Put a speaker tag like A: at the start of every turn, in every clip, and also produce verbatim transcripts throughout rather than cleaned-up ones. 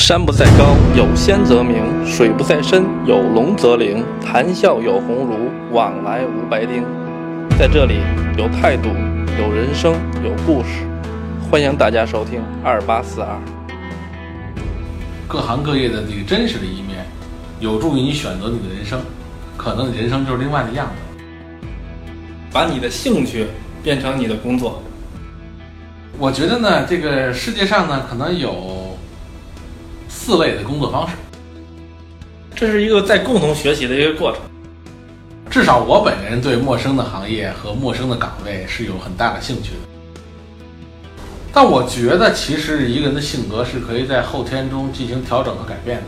A: 山不在高，有仙则名；水不在深，有龙则灵。谈笑有鸿儒，往来无白丁。在这里有态度，有人生，有故事。欢迎大家收听二八四二。
B: 各行各业的这个真实的一面，有助于你选择你的人生。可能你人生就是另外的样子。
A: 把你的兴趣变成你的工作。
B: 我觉得呢，这个世界上呢，可能有四类的工作方式。
A: 这是一个在共同学习的一个过程。
B: 至少我本人对陌生的行业和陌生的岗位是有很大的兴趣的。但我觉得，其实一个人的性格是可以在后天中进行调整和改变的。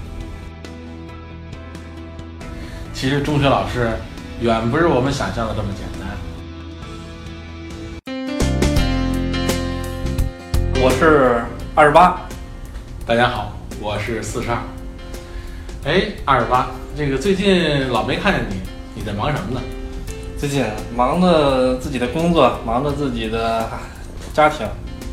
B: 其实中学老师远不是我们想象的这么简单。
A: 我是二十八，
B: 大家好，我是四十二。哎，二十八，这个最近老没看见你，你在忙什么呢？
A: 最近忙着自己的工作，忙着自己的家庭。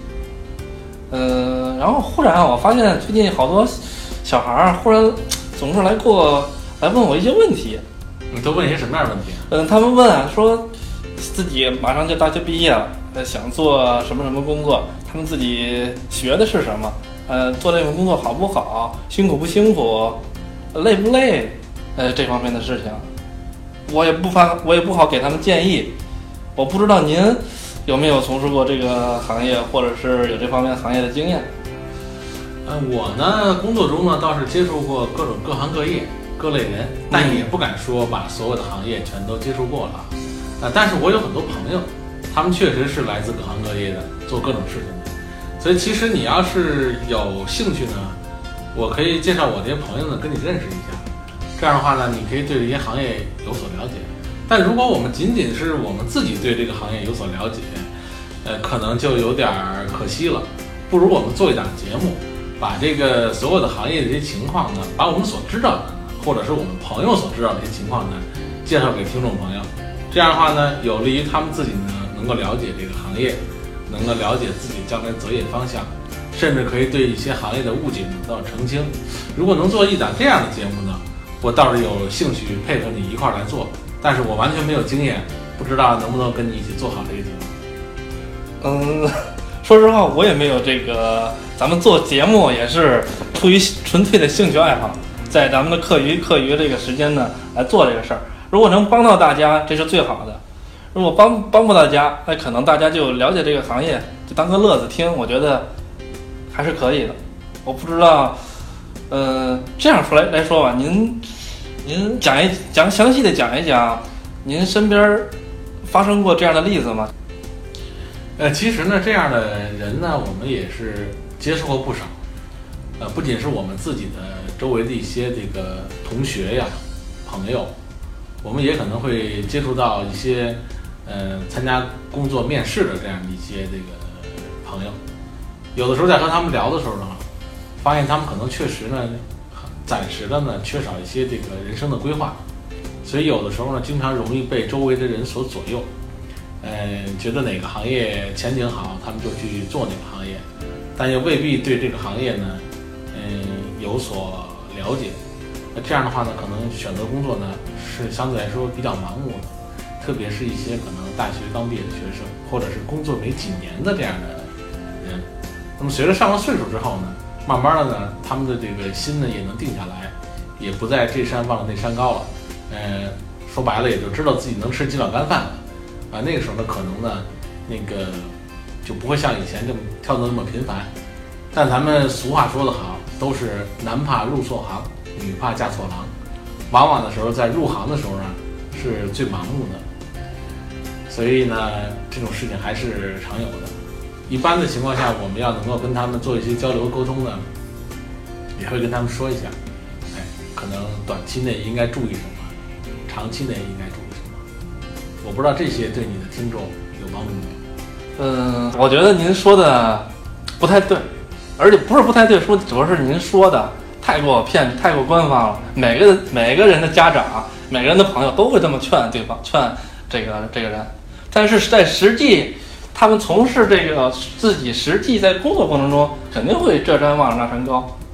A: 呃，然后忽然我发现最近好多小孩忽然总是来过来问我一些问题。
B: 你都问一些什么样的问题？
A: 嗯，他们问啊，说自己马上就大学毕业了，想做什么什么工作，他们自己学的是什么，呃，做这份工作好不好，辛苦不辛苦，累不累，呃，这方面的事情，我也不发，我也不好给他们建议。我不知道您有没有从事过这个行业，或者是有这方面行业的经验？
B: 呃，我呢，工作中呢倒是接触过各种各行各业、各类人，但也不敢说把所有的行业全都接触过了。呃，但是我有很多朋友，他们确实是来自各行各业的，做各种事情的。所以其实你要是有兴趣呢，我可以介绍我这些朋友呢跟你认识一下。这样的话呢，你可以对这些行业有所了解。但如果我们仅仅是我们自己对这个行业有所了解，呃，可能就有点可惜了。不如我们做一档节目，把这个所有的行业的这些情况呢，把我们所知道的，或者是我们朋友所知道的这些情况呢，介绍给听众朋友。这样的话呢，有利于他们自己呢能够了解这个行业，能够了解自己将来择业方向，甚至可以对一些行业的误解呢得到澄清。如果能做一档这样的节目呢，我倒是有兴趣配合你一块来做，但是我完全没有经验，不知道能不能跟你一起做好这个节目。
A: 嗯，说实话，我也没有这个，咱们做节目也是出于纯粹的兴趣爱好，在咱们的课余课余这个时间呢来做这个事儿。如果能帮到大家，这是最好的；如果帮帮不到大家，那可能大家就了解这个行业，就当个乐子听，我觉得还是可以的。我不知道，呃，这样说来来说吧，您您讲一讲详细的讲一讲，您身边发生过这样的例子吗？
B: 呃，其实呢，这样的人呢，我们也是接触过不少。呃，不仅是我们自己的周围的一些这个同学呀、朋友，我们也可能会接触到一些呃参加工作面试的这样的一些这个朋友。有的时候在和他们聊的时候呢，发现他们可能确实呢，暂时的呢缺少一些这个人生的规划，所以有的时候呢，经常容易被周围的人所左右。呃，觉得哪个行业前景好，他们就去做哪个行业，但又未必对这个行业呢，嗯、呃，有所了解。那这样的话呢，可能选择工作呢是相对来说比较盲目的，特别是一些可能大学刚毕业的学生，或者是工作没几年的这样的人。那么随着上了岁数之后呢，慢慢的呢，他们的这个心呢也能定下来，也不再这山望着那山高了。呃，说白了，也就知道自己能吃几碗干饭了。啊，那个时候呢，可能呢，那个就不会像以前这么跳得那么频繁。但咱们俗话说得好，都是男怕入错行，女怕嫁错郎。往往的时候，在入行的时候呢，是最盲目的。所以呢，这种事情还是常有的。一般的情况下，我们要能够跟他们做一些交流沟通呢，也会跟他们说一下，哎，可能短期内应该注意什么，长期内应该注意什么。我不知道这些对你的听众有帮助没有？
A: 嗯，我觉得您说的不太对，而且不是不太对，说主要是您说的太过骗、太过官方了。每个每个人的家长、每个人的朋友都会这么劝对方、劝这个这个人，但是在实际他们从事这个自己实际在工作过程中，肯定会这山望着那山高。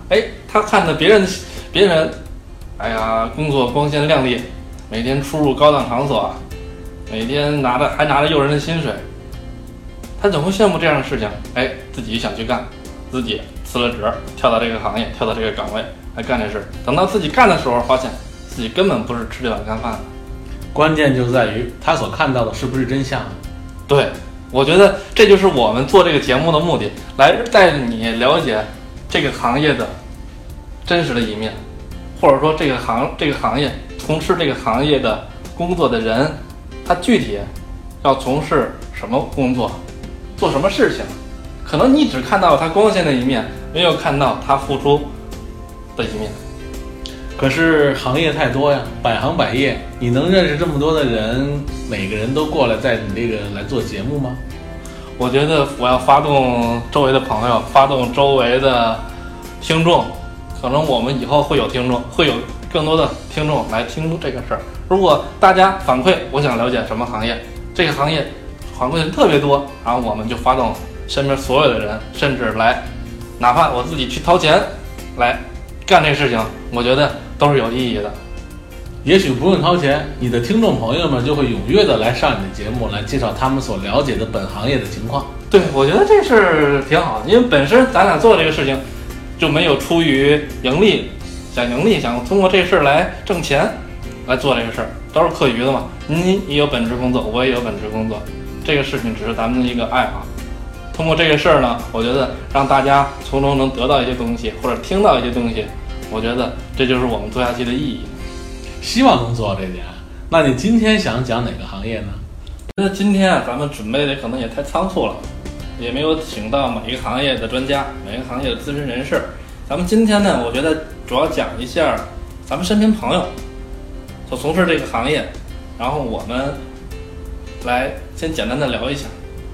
A: 哎，他看着别人别人，哎呀，工作光鲜亮丽，每天出入高档场所，每天拿着还拿着诱人的薪水，他总会羡慕这样的事情。哎，自己想去干，自己辞了职，跳到这个行业，跳到这个岗位来干这事。等到自己干的时候，发现自己根本不是吃这碗干饭的。
B: 关键就在于他所看到的是不是真相。
A: 对，我觉得这就是我们做这个节目的目的，来带着你了解这个行业的真实的一面，或者说这个行这个行业从事这个行业的工作的人，他具体要从事什么工作，做什么事情。可能你只看到他光鲜的一面，没有看到他付出的一面。
B: 可是行业太多呀，百行百业，你能认识这么多的人，每个人都过来在你这个来做节目吗？
A: 我觉得我要发动周围的朋友，发动周围的听众，可能我们以后会有听众，会有更多的听众来听这个事儿。如果大家反馈我想了解什么行业，这个行业反馈的特别多，然后我们就发动身边所有的人，甚至来哪怕我自己去掏钱来干这事情，我觉得都是有意义的。
B: 也许不用掏钱，你的听众朋友们就会踊跃的来上你的节目，来介绍他们所了解的本行业的情况。
A: 对，我觉得这事挺好的，因为本身咱俩做这个事情就没有出于盈利，想盈利，想通过这事儿来挣钱来做这个事儿，都是课余的嘛。你也有本职工作，我也有本职工作，这个事情只是咱们的一个爱好。通过这个事儿呢，我觉得让大家从中能得到一些东西，或者听到一些东西，我觉得这就是我们做下去的意义。
B: 希望能做到这点。那你今天想讲哪个行业呢？
A: 我觉得今天啊，咱们准备的可能也太仓促了，也没有请到每一个行业的专家，每一个行业的资深人士。咱们今天呢，我觉得主要讲一下咱们身边朋友所从事这个行业，然后我们来先简单的聊一下。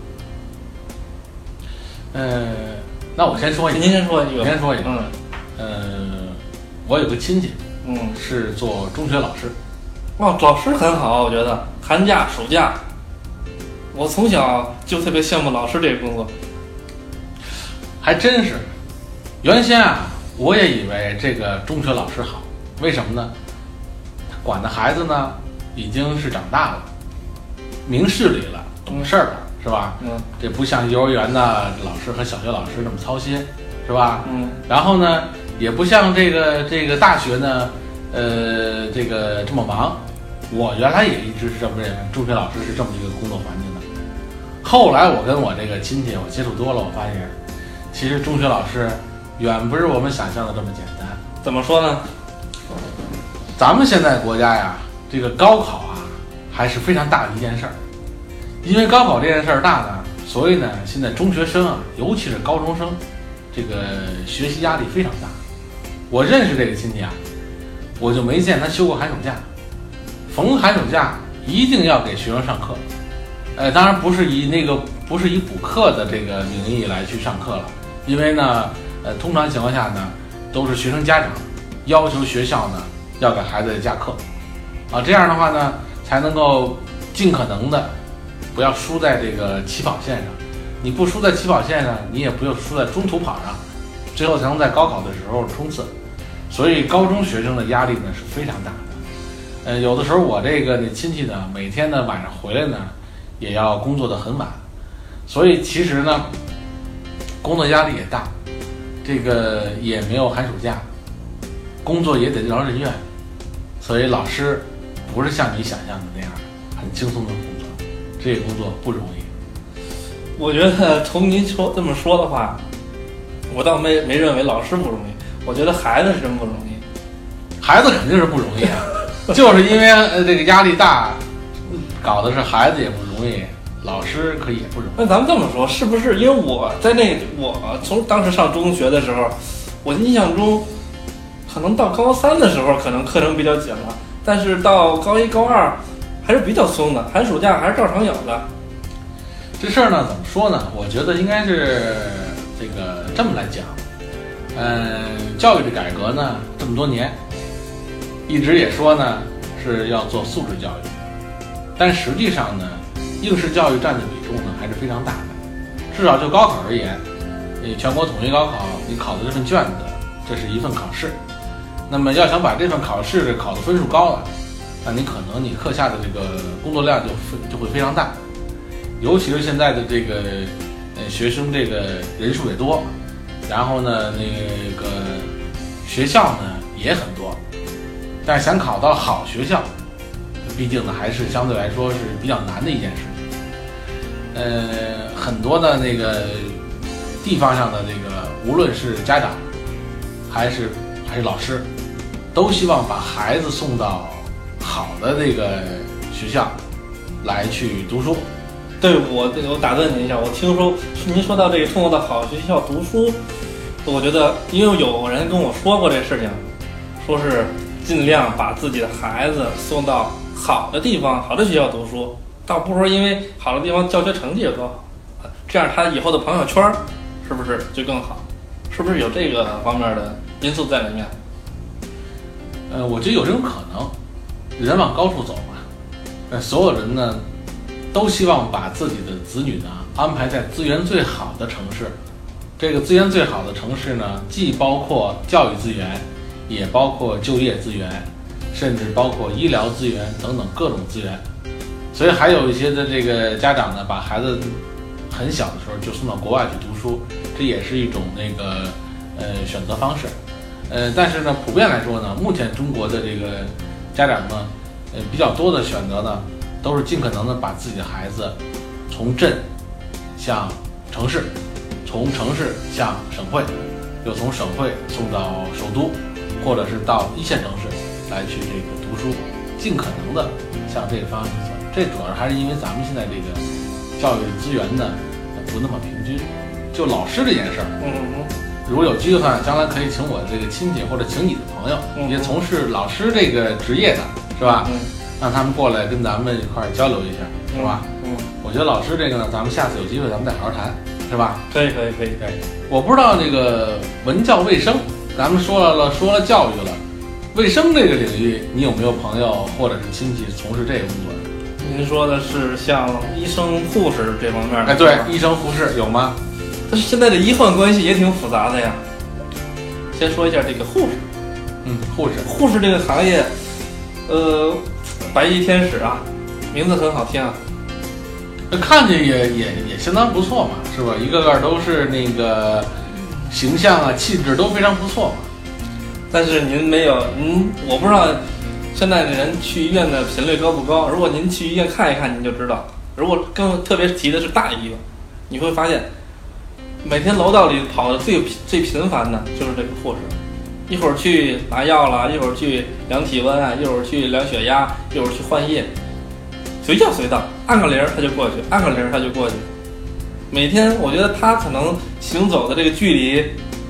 B: 呃，那我先说一个，
A: 您先说一个，
B: 我先说一个。
A: 嗯，
B: 呃，我有个亲戚，
A: 嗯，
B: 是做中学老师。
A: 哇，老师很好，我觉得寒假、暑假，我从小就特别羡慕老师这个工作。
B: 还真是，原先啊，我也以为这个中学老师好，为什么呢？他管的孩子呢，已经是长大了，明事理了，懂事儿了，是吧？
A: 嗯，
B: 这不像幼儿园的老师和小学老师那么操心，是吧？
A: 嗯，
B: 然后呢，也不像这个这个大学呢，呃，这个这么忙。我原来也一直是这么认为，中学老师是这么一个工作环境的。后来我跟我这个亲戚我接触多了，我发现，其实中学老师远不是我们想象的这么简单。
A: 怎么说呢？
B: 咱们现在国家呀，这个高考啊，还是非常大的一件事儿。因为高考这件事儿大呢，所以呢，现在中学生啊，尤其是高中生，这个学习压力非常大。我认识这个亲戚啊，我就没见他休过寒暑假。逢寒暑假一定要给学生上课，呃，当然不是以那个不是以补课的这个名义来去上课了，因为呢，呃，通常情况下呢，都是学生家长要求学校呢要给孩子加课，啊，这样的话呢，才能够尽可能的不要输在这个起跑线上。你不输在起跑线上，你也不用输在中途跑上，最后才能在高考的时候冲刺。所以高中学生的压力呢是非常大的。呃，有的时候我这个这亲戚呢，每天呢晚上回来呢，也要工作的很晚，所以其实呢，工作压力也大，这个也没有寒暑假，工作也得劳人怨，所以老师不是像你想象的那样很轻松的工作，这个工作不容易。
A: 我觉得从您说这么说的话，我倒没没认为老师不容易，我觉得孩子是真不容易，
B: 孩子肯定是不容易啊。就是因为呃这个压力大，搞的是孩子也不容易，老师可也不容易。
A: 那咱们这么说，是不是因为我在那我从当时上中学的时候，我印象中，可能到高三的时候可能课程比较紧了，但是到高一高二还是比较松的，寒暑假还是照常有的。
B: 这事儿呢怎么说呢？我觉得应该是这个这么来讲，嗯，教育的改革呢这么多年。一直也说呢是要做素质教育，但实际上呢，应试教育占的比重呢还是非常大的。至少就高考而言，你全国统一高考，你考的这份卷子， 这是一份考试。那么要想把这份考试考的分数高了，那你可能你课下的这个工作量就就会非常大，尤其是现在的这个呃学生这个人数也多，然后呢那个学校呢也很多，但是想考到好学校，毕竟呢还是相对来说是比较难的一件事情。呃，很多的那个地方上的这个，无论是家长还是还是老师，都希望把孩子送到好的这个学校来去读书。
A: 对，我我打断您一下，我听说您说到这个送到好学校读书，我觉得因为有人跟我说过这事情，说是尽量把自己的孩子送到好的地方、好的学校读书，倒不是说因为好的地方教学成绩有多好，这样他以后的朋友圈是不是就更好？是不是有这个方面的因素在里面？
B: 呃，我觉得有这种可能，人往高处走嘛。呃，所有人呢，都希望把自己的子女呢安排在资源最好的城市。这个资源最好的城市呢，既包括教育资源，也包括就业资源，甚至包括医疗资源等等各种资源。所以还有一些的这个家长呢，把孩子很小的时候就送到国外去读书，这也是一种那个呃选择方式。呃，但是呢，普遍来说呢，目前中国的这个家长呢，呃比较多的选择呢，都是尽可能的把自己的孩子从镇向城市，从城市向省会，又从省会送到首都，或者是到一线城市来去这个读书，尽可能的向这个方向去走。这主要还是因为咱们现在这个教育资源呢不那么平均。就老师这件事儿，
A: 嗯嗯，
B: 如果有机会的话，将来可以请我这个亲戚或者请你的朋友，
A: 嗯、
B: 也从事老师这个职业的，是吧？
A: 嗯，
B: 让他们过来跟咱们一块儿交流一下，是吧？
A: 嗯，
B: 我觉得老师这个呢，咱们下次有机会咱们再好好谈，是吧？
A: 可以可以可以。
B: 对，我不知道这个文教卫生，咱们说了了说了教育了，卫生这个领域，你有没有朋友或者是亲戚从事这个工作的？
A: 您说的是像医生、护士这方面的？
B: 哎，对，医生、护士有吗？
A: 但是现在的医患关系也挺复杂的呀。先说一下这个护士，
B: 嗯，护士，
A: 护士这个行业，呃，白衣天使啊，名字很好听啊，
B: 看着也也也相当不错嘛，是吧？一个个都是那个形象啊、气质都非常不错嘛。
A: 但是您没有，您我不知道现在的人去医院的频率高不高。如果您去医院看一看，您就知道。如果更特别提的是大医院，你会发现。每天楼道里跑的最最频繁的就是这个护士，一会儿去拿药了，一会儿去量体温啊，一会儿去量血压，一会儿去换液，随叫随到，按个铃他就过去，按个铃他就过去。每天我觉得他可能行走的这个距离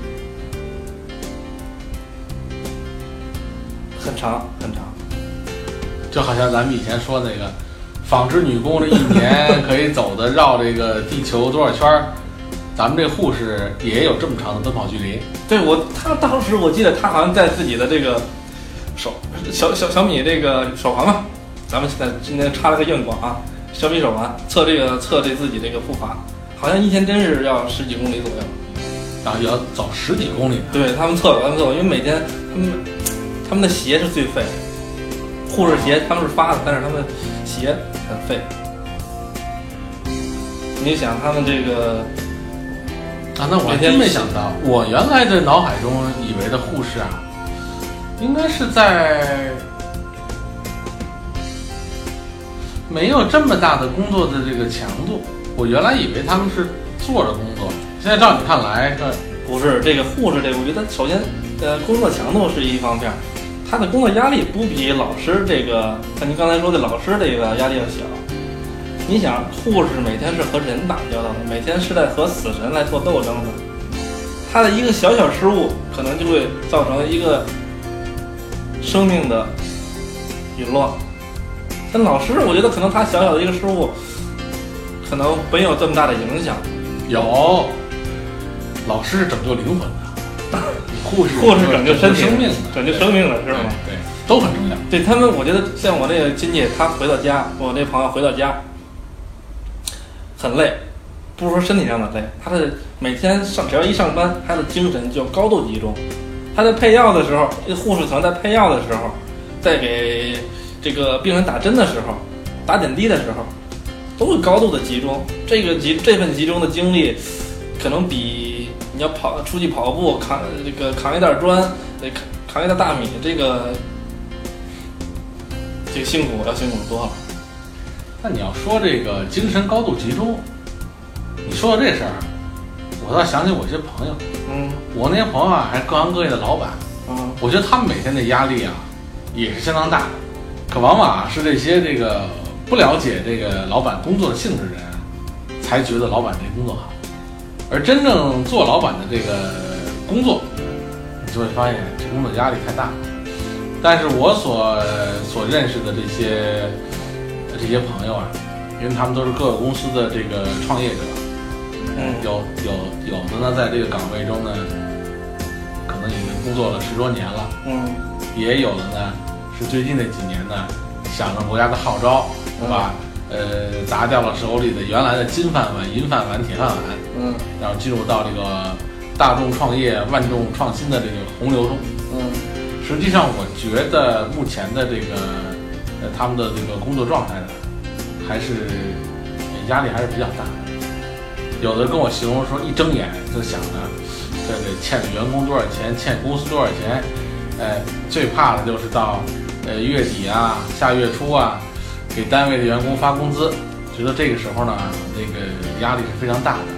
A: 很长很长，
B: 就好像咱们以前说那个纺织女工这一年可以走的绕这个地球多少圈儿。咱们这护士也有这么长的奔跑距离。
A: 对，我他当时我记得他好像在自己的这个手小小小米这个手环嘛，咱们现在今天插了个硬广啊，小米手环测这个测这自己这个步伐，好像一天真是要十几公里左右，
B: 然后也要走十几公里。
A: 对他们测过，他们测过，因为每天他们他们的鞋是最废的，护士鞋他们是发的，但是他们鞋很废。你想他们这个。
B: 啊，那我还真没想到，我原来的脑海中以为的护士啊，应该是在没有这么大的工作的这个强度。我原来以为他们是坐着工作，现在照你看来，这
A: 不是这个护士这个，我觉得首先，呃，工作强度是一方面，他的工作压力不比老师这个，像您刚才说的老师这个压力要小。你想，护士每天是和人打交道的，每天是在和死神来做斗争的。他的一个小小失误，可能就会造成一个生命的陨落。但老师，我觉得可能他小小的一个失误，可能没有这么大的影响。
B: 有，老师是拯救灵魂的，护士
A: 护士拯救身体、
B: 生命的，
A: 拯救生命的是吗？
B: 对，都很重要。
A: 对他们，我觉得像我那个亲戚，他回到家，我那朋友回到家。很累，不是说身体上的累，他的每天上只要一上班，他的精神就高度集中， 他在配药的时候，护士可能在配药的时候，在给这个病人打针的时候，打点滴的时候，都会高度的集中。这个集这份集中的精力，可能比你要跑出去跑步扛这个扛一袋砖，扛扛一袋大米，这个这个辛苦要辛苦多了。
B: 那你要说这个精神高度集中，你说到这事儿，我倒想起我一些朋友。
A: 嗯，
B: 我那些朋友啊，还是各行各业的老板。
A: 嗯，
B: 我觉得他们每天的压力啊，也是相当大的。可往往啊，是这些这个不了解这个老板工作的性质的人啊，才觉得老板这工作好。而真正做老板的这个工作，你就会发现这工作压力太大了。但是我所所认识的这些这些朋友啊，因为他们都是各个公司的这个创业者。
A: 嗯，
B: 有有有的呢，在这个岗位中呢，可能已经工作了十多年了。
A: 嗯，
B: 也有的呢，是最近这几年呢，响应国家的号召，是吧？嗯、呃，砸掉了手里的原来的金饭碗、银饭碗、铁饭碗，
A: 嗯，
B: 然后进入到这个大众创业、万众创新的这个洪流中。
A: 嗯，
B: 实际上，我觉得目前的这个呃他们的这个工作状态呢，还是压力还是比较大的。有的跟我形容说，一睁眼就想着这个欠员工多少钱，欠公司多少钱，哎，最怕的就是到呃月底啊、下月初啊，给单位的员工发工资，觉得这个时候呢，这个压力是非常大的。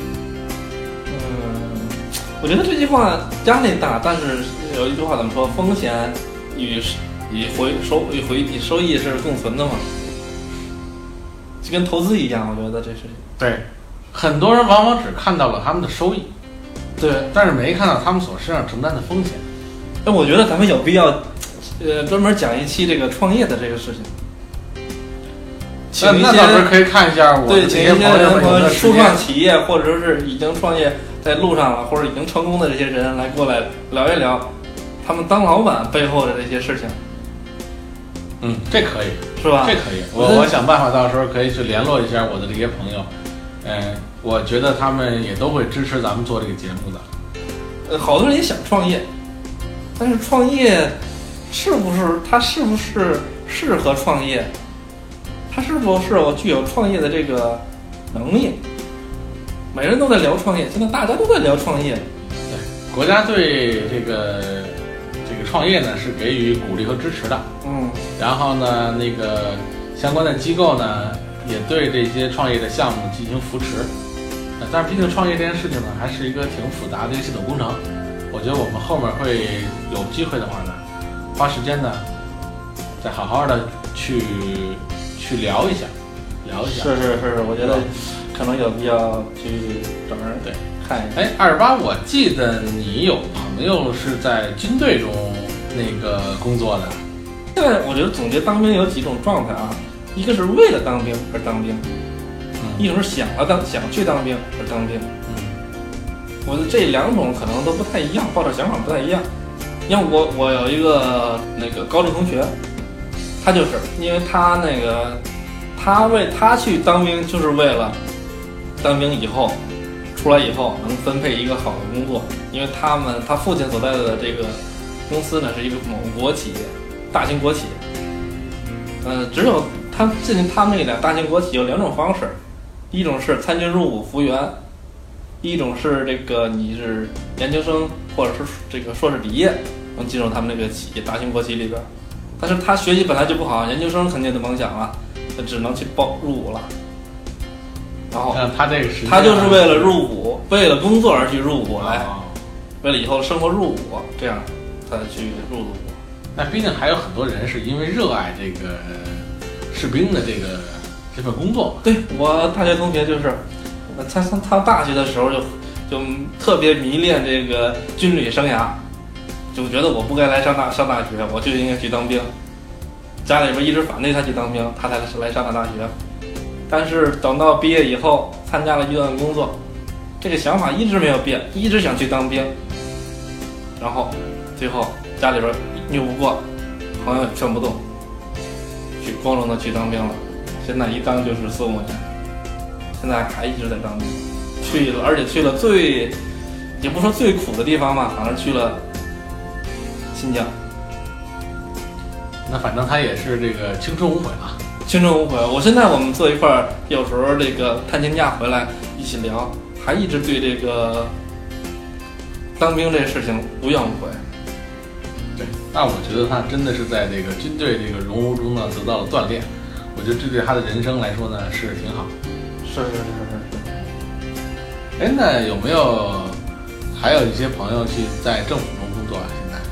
A: 嗯，我觉得这句话压力大，但是有一句话怎么说？风险与与回收与回与收益是共存的嘛，就跟投资一样，我觉得这是
B: 对。很多人往往只看到了他们的收益，
A: 对，
B: 但是没看到他们所身上承担的风险。
A: 那我觉得咱们有必要，呃，专门讲一期这个创业的这个事情。
B: 那那倒是可以看一下我
A: 对，请一些人和初创企业，或者是已经创业在路上了，或者已经成功的这些人来过来聊一聊他们当老板背后的这些事情。
B: 嗯，这可以，
A: 是吧？
B: 这可以，我我想办法，到时候可以去联络一下我的这些朋友。嗯，我觉得他们也都会支持咱们做这个节目的。
A: 呃，好多人也想创业，但是创业是不是他是不是适合创业？他是不是我具有创业的这个能力？每人都在聊创业，现在大家都在聊创业。
B: 对，国家对这个这个创业呢是给予鼓励和支持的。
A: 嗯，
B: 然后呢，那个相关的机构呢，也对这些创业的项目进行扶持，呃，但是毕竟创业这件事情呢，还是一个挺复杂的一个系统工程。我觉得我们后面会有机会的话呢，花时间呢，再好好的去去聊一下，聊一下。
A: 是是是，我觉得可能有必要去找人对看一下。
B: 哎，二十八，我记得你有朋友是在军队中那个工作的。
A: 现在我觉得总结当兵有几种状态啊。一个是为了当兵而当兵，
B: 嗯，
A: 一种是想了当想去当兵而当兵，
B: 嗯，
A: 我的这两种可能都不太一样，抱着想法不太一样。你看我我有一个那个高中同学，他就是因为他那个他为他去当兵就是为了当兵以后出来以后能分配一个好的工作，因为他们他父亲所在的这个公司呢是一个某国企，大型国企，呃，只有他进行他们那俩大型国企有两种方式，一种是参军入伍服员，一种是这个你是研究生或者是这个硕士毕业能进入他们那个企业大型国企里边。但是他学习本来就不好，研究生肯定就甭想了，他只能去报入伍了。然后
B: 他这个是
A: 他就是为了入伍，为了工作而去入伍来，
B: 哦、
A: 为了以后的生活入伍，这样他去入伍。
B: 那毕竟还有很多人是因为热爱这个士兵的这个这份工作。
A: 对，我大学同学就是，他他他大学的时候就就特别迷恋这个军旅生涯，就觉得我不该来上大上大学，我就应该去当兵。家里边一直反对他去当兵，他才来上的大学。但是等到毕业以后，参加了一段工作，这个想法一直没有变，一直想去当兵。然后最后家里边拗不过，朋友也劝不动，去光荣的去当兵了。现在一当就是四五年，现在还一直在当兵，去了，而且去了最，也不说最苦的地方吧，反正去了新疆。
B: 那反正他也是这个青春无悔了。
A: 青春无悔。我现在我们坐一块儿，有时候这个探亲假回来一起聊，还一直对这个当兵这事情无怨无悔。
B: 对，那我觉得他真的是在这个军队这个荣辱中呢得到了锻炼。我觉得这对他的人生来说呢是挺好。
A: 是是是是是。
B: 哎，那有没有还有一些朋友去在政府中工作啊？现在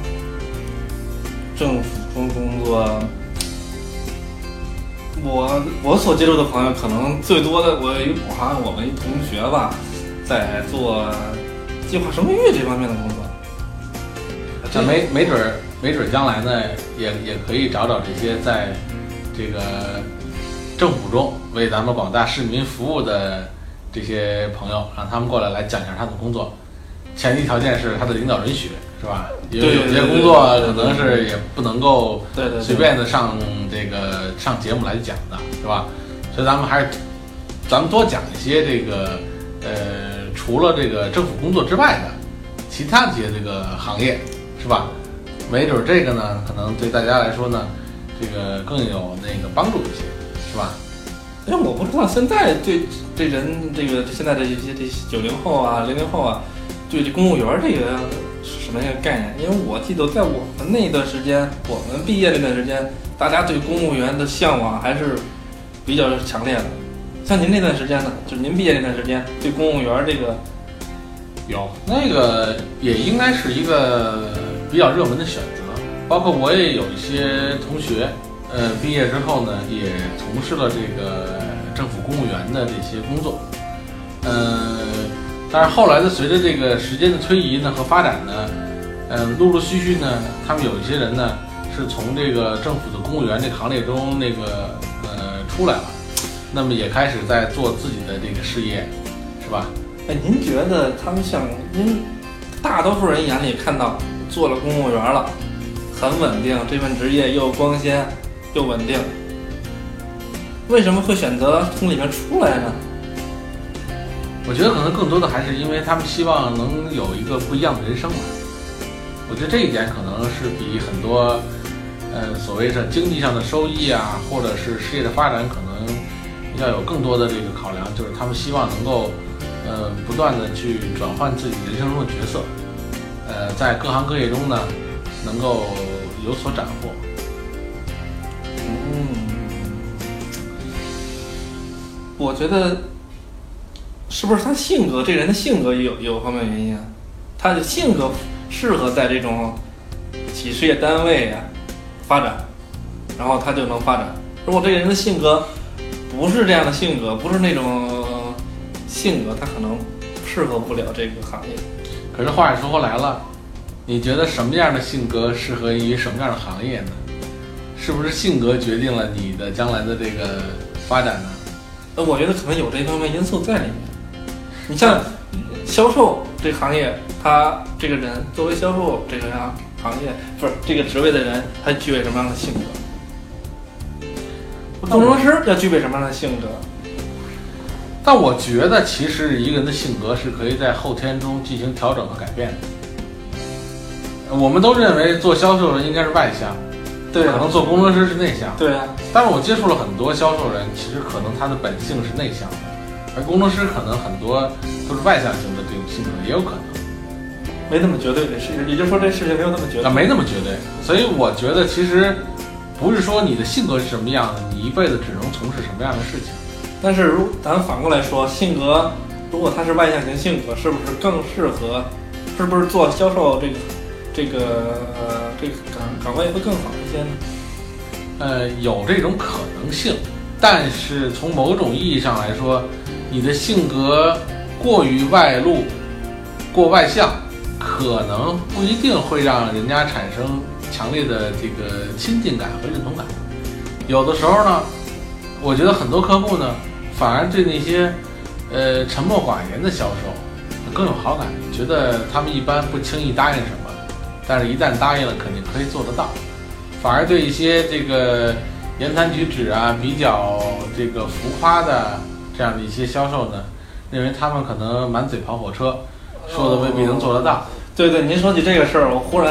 A: 政府中工作，我我所接触的朋友可能最多的，我有一好像我们一同学吧，在做计划生育这方面的工作。
B: 那没没准儿没准儿将来呢，也也可以找找这些在这个政府中为咱们广大市民服务的这些朋友，让他们过来来讲一下他的工作。前提条件是他的领导允许，是吧？因为有些工作可能是也不能够随便的上这个上节目来讲的，是吧？所以咱们还是咱们多讲一些这个呃，除了这个政府工作之外的其他的一些这个行业，是吧？没准这个呢，可能对大家来说呢，这个更有那个帮助一些，是吧？
A: 因为我不知道现在对这人这个现在的一些这九零后啊、零零后啊，对这公务员这个是什么样的概念？因为我记得在我们那段时间，我们毕业那段时间，大家对公务员的向往还是比较强烈的。像您那段时间呢，就是您毕业那段时间，对公务员这个
B: 有那个也应该是一个比较热门的选择。包括我也有一些同学，呃，毕业之后呢，也从事了这个政府公务员的这些工作，呃。但是后来呢，随着这个时间的推移呢和发展呢，嗯、呃，陆陆续续呢，他们有一些人呢是从这个政府的公务员这个行列中那个呃出来了，那么也开始在做自己的这个事业，是吧？
A: 哎，您觉得他们像您大多数人眼里看到做了公务员了，很稳定，这份职业又光鲜又稳定，为什么会选择从里面出来呢？
B: 我觉得可能更多的还是因为他们希望能有一个不一样的人生吧。我觉得这一点可能是比很多，呃，所谓的经济上的收益啊，或者是事业的发展，可能要有更多的这个考量，就是他们希望能够，呃，不断的去转换自己人生中的角色，呃，在各行各业中呢，能够有所斩获。
A: 嗯，我觉得。是不是他性格，这人的性格也有有方面原因啊？他的性格适合在这种企事业单位啊发展，然后他就能发展。如果这个人的性格不是这样的性格，不是那种性格，他可能适合不了这个行业。
B: 可是话也说回来了，你觉得什么样的性格适合于什么样的行业呢？是不是性格决定了你的将来的这个发展呢？
A: 呃，我觉得可能有这方面因素在里面。你像销售这个行业，他这个人作为销售这个行业不是这个职位的人，他具备什么样的性格？工程师要具备什么样的性格？
B: 但我觉得，其实一个人的性格是可以在后天中进行调整和改变的。我们都认为做销售人应该是外向，
A: 对、啊，
B: 可能做工程师是内向，
A: 对啊。
B: 但是我接触了很多销售人，其实可能他的本性是内向的。而工程师可能很多都是外向型的这种性格，也有可能，
A: 没那么绝对。这事情，也就是说这事情没有那么绝对，
B: 啊，没那么绝对。所以我觉得其实不是说你的性格是什么样的，你一辈子只能从事什么样的事情。
A: 但是如咱反过来说，性格如果他是外向型性格，是不是更适合？是不是做销售这个这个呃这个岗岗位会更好一些呢？
B: 呃，有这种可能性，但是从某种意义上来说，你的性格过于外露、过外向，可能不一定会让人家产生强烈的这个亲近感和认同感。有的时候呢，我觉得很多客户呢，反而对那些呃沉默寡言的销售更有好感，觉得他们一般不轻易答应什么，但是一旦答应了，肯定可以做得到。反而对一些这个言谈举止啊比较这个浮夸的这样的一些销售呢，认为他们可能满嘴跑火车，说的未必能做得到。
A: 哦、对对，您说起这个事儿，我忽然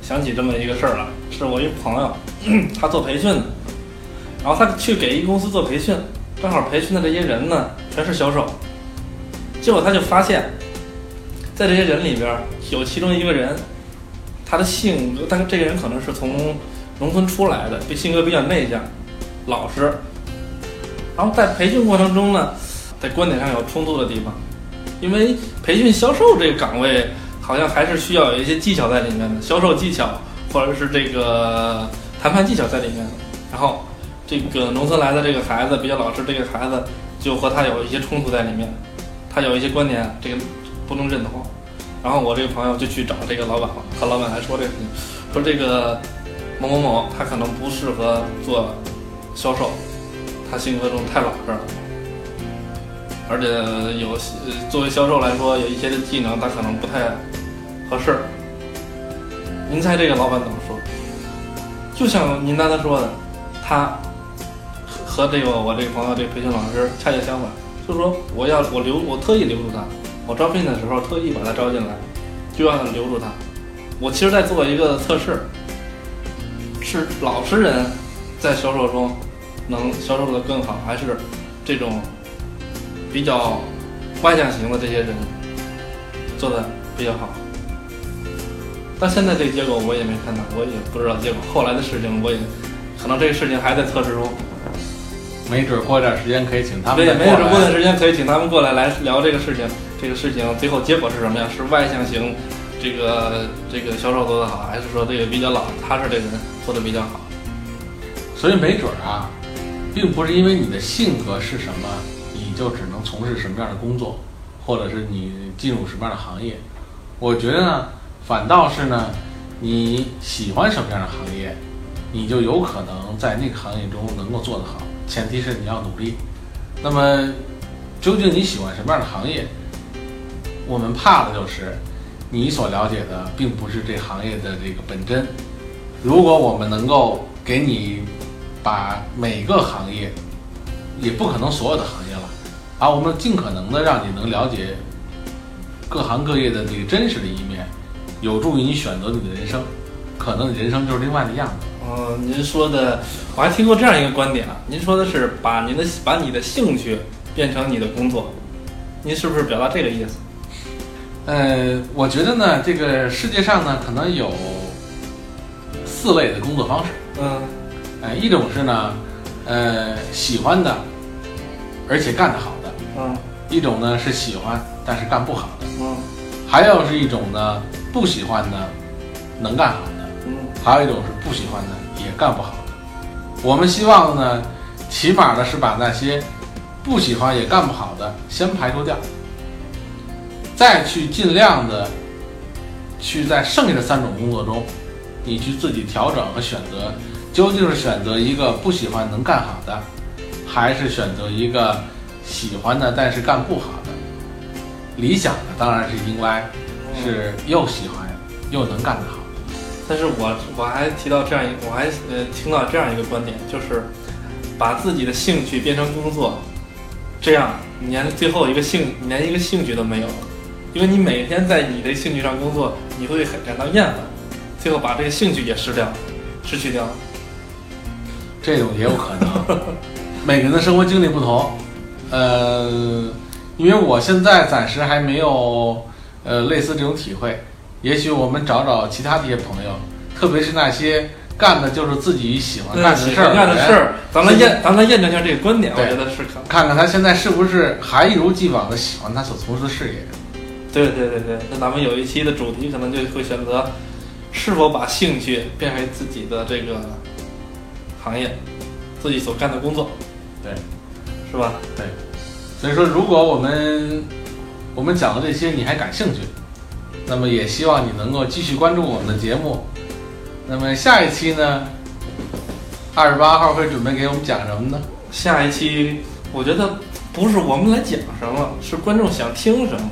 A: 想起这么一个事儿了，是我一朋友，他做培训的，然后他去给一公司做培训，正好培训的这些人呢全是销售，结果他就发现，在这些人里边有其中一个人，他的性格，但是这个人可能是从农村出来的，对性格比较内向、老实，然后在培训过程中呢，在观点上有冲突的地方，因为培训销售这个岗位好像还是需要有一些技巧在里面的，销售技巧或者是这个谈判技巧在里面的。然后这个农村来的这个孩子比较老实，这个孩子就和他有一些冲突在里面，他有一些观点这个不能认同。然后我这个朋友就去找这个老板了，和老板来说这个事情，说这个某某某他可能不适合做销售，他性格中太老实了，而且有作为销售来说有一些的技能他可能不太合适。您猜这个老板怎么说？就像您刚才说的，他和这个我这个朋友这个培训老师恰恰相反，就是说我要我留我特意留住他，我招聘的时候特意把他招进来，就要留住他。我其实在做一个测试，是老实人在销售中能销售的更好，还是这种比较外向型的这些人做的比较好？但现在这个结果我也没看到，我也不知道结果。后来的事情我也可能这个事情还在测试中，
B: 没准过段时间可以请他们
A: 对，
B: 再过来。
A: 没准过段时间可以请他们过来来聊这个事情。这个事情最后结果是什么呀？是外向型这个这个销售做得好，还是说这个比较老踏实的人做得比较好？
B: 所以没准啊，并不是因为你的性格是什么，你就只能从事什么样的工作，或者是你进入什么样的行业。我觉得呢，反倒是呢，你喜欢什么样的行业，你就有可能在那个行业中能够做得好，前提是你要努力。那么究竟你喜欢什么样的行业，我们怕的就是你所了解的并不是这行业的这个本真。如果我们能够给你把每个行业，也不可能所有的行业了，把我们尽可能的让你能了解各行各业的这个真实的一面，有助于你选择你的人生，可能你人生就是另外的样子。
A: 呃，您说的，我还听过这样一个观点啊，您说的是把您的把你的兴趣变成你的工作，您是不是表达这个意思？
B: 呃，我觉得呢，这个世界上呢，可能有四类的工作方式。
A: 嗯，
B: 呃，一种是呢，呃，喜欢的，而且干得好的。
A: 嗯。
B: 一种呢是喜欢但是干不好的。
A: 嗯。
B: 还有是一种呢不喜欢的，能干好的。
A: 嗯。
B: 还有一种是不喜欢的也干不好的。我们希望呢，起码呢是把那些不喜欢也干不好的先排除掉，再去尽量的去在剩下的三种工作中，你去自己调整和选择，究竟是选择一个不喜欢能干好的，还是选择一个喜欢的但是干不好的。理想的当然是应该是又喜欢又能干得好。
A: 但是我我还提到这样一，我还呃听到这样一个观点，就是把自己的兴趣变成工作，这样你连最后一个兴，你连一个兴趣都没有了，因为你每天在你的兴趣上工作，你会很感到厌烦，最后把这个兴趣也失掉，失去掉。
B: 这种也有可能，每个人的生活经历不同，呃，因为我现在暂时还没有呃类似这种体会。也许我们找找其他的一些朋友，特别是那些干的就是自己喜欢干的事儿，
A: 干的事儿，咱们验，咱们验证一下这个观点，我觉得是可
B: 看看他现在是不是还一如既往的喜欢他所从事的事业。
A: 对对对对，那咱们有一期的主题可能就会选择是否把兴趣变为自己的这个行业，自己所干的工作，
B: 对，
A: 是吧？
B: 对，所以说如果我们我们讲的这些你还感兴趣，那么也希望你能够继续关注我们的节目。那么下一期呢，二十八号会准备给我们讲什么呢？
A: 下一期我觉得不是我们来讲什么，是观众想听什么。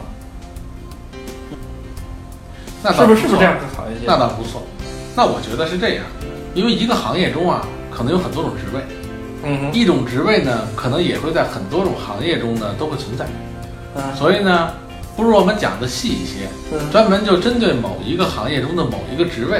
B: 那
A: 是不是是不是这样更好一些？
B: 那倒不错。那我觉得是这样，因为一个行业中啊，可能有很多种职位。
A: 嗯哼。
B: 一种职位呢，可能也会在很多种行业中呢都会存在。
A: 嗯。
B: 所以呢，不如我们讲的细一些，
A: 嗯，
B: 专门就针对某一个行业中的某一个职位，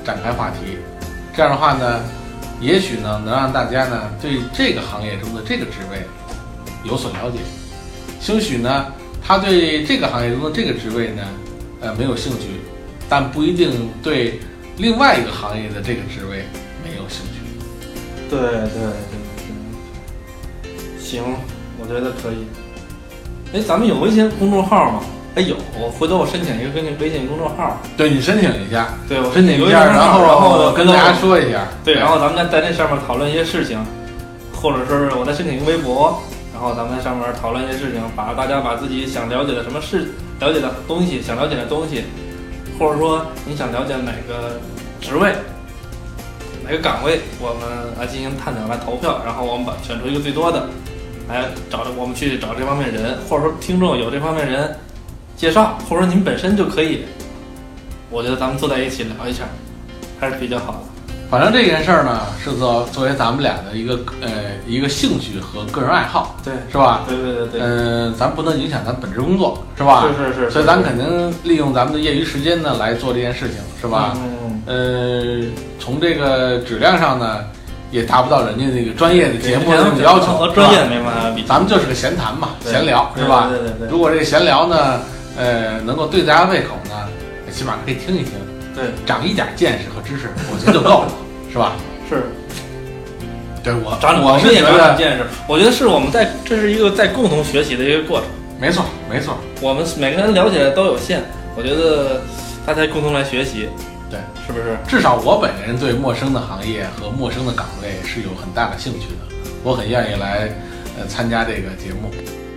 B: 展开话题。这样的话呢，也许呢能让大家呢对这个行业中的这个职位有所了解，兴许呢他对这个行业中的这个职位呢呃没有兴趣，但不一定对另外一个行业的这个职位没有兴趣。
A: 对对对对，行，我觉得可以。哎，咱们有微信公众号吗？哎，有，我回头我申请一个微信微信公众号。
B: 对，你申请一下。
A: 对，我
B: 申请一下，然后
A: 然后
B: 跟大家说一下。
A: 对，然后咱们在在那上面讨论一些事情，或者是我再申请一个微博，然后咱们在上面讨论一些事情，把大家把自己想了解的什么事、了解的东西、想了解的东西，或者说你想了解哪个职位、哪个岗位，我们来进行探讨，来投票，然后我们把选出一个最多的。来找着我们去找这方面人，或者说听众有这方面人介绍，或者说您本身就可以，我觉得咱们坐在一起聊一下，还是比较好的。
B: 反正这件事儿呢，是作作为咱们俩的一个呃一个兴趣和个人爱好，
A: 对，
B: 是吧？
A: 对对对对。
B: 嗯、呃，咱不能影响咱本职工作，是吧？
A: 是是 是, 是。
B: 所以咱肯定利用咱们的业余时间呢来做这件事情，是吧？
A: 嗯。
B: 呃，从这个质量上呢。也达不到人家那个专业的节目的那种要求，
A: 和专业没办法比。
B: 咱们就是个闲谈嘛，闲聊是吧？
A: 对对对。
B: 如果这个闲聊呢，呃，能够对大家胃口呢，起码可以听一听，
A: 对，
B: 长一点见识和知识，我觉得就够了，是吧？
A: 是。
B: 对我，
A: 长
B: 我是
A: 也长
B: 觉得
A: 见识，我觉得是我们在这是一个在共同学习的一个过程。
B: 没错，没错。
A: 我们每个人了解的都有限，我觉得大家共同来学习。
B: 对，
A: 是不是？
B: 至少我本人对陌生的行业和陌生的岗位是有很大的兴趣的，我很愿意来呃参加这个节目。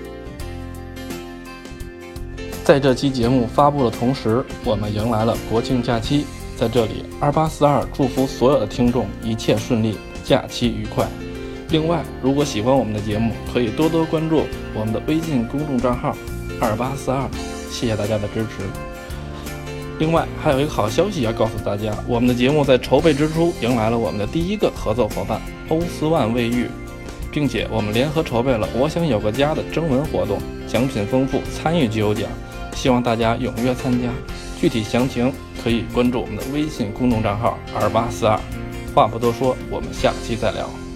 A: 在这期节目发布的同时，我们迎来了国庆假期，在这里二八四二祝福所有的听众一切顺利，假期愉快。另外，如果喜欢我们的节目，可以多多关注我们的微信公众账号二八四二，谢谢大家的支持。另外还有一个好消息要告诉大家，我们的节目在筹备之初迎来了我们的第一个合作伙伴欧斯万卫浴，并且我们联合筹备了我想有个家的征文活动，奖品丰富，参与即有奖，希望大家踊跃参加。具体详情可以关注我们的微信公众账号二八四二。话不多说，我们下期再聊。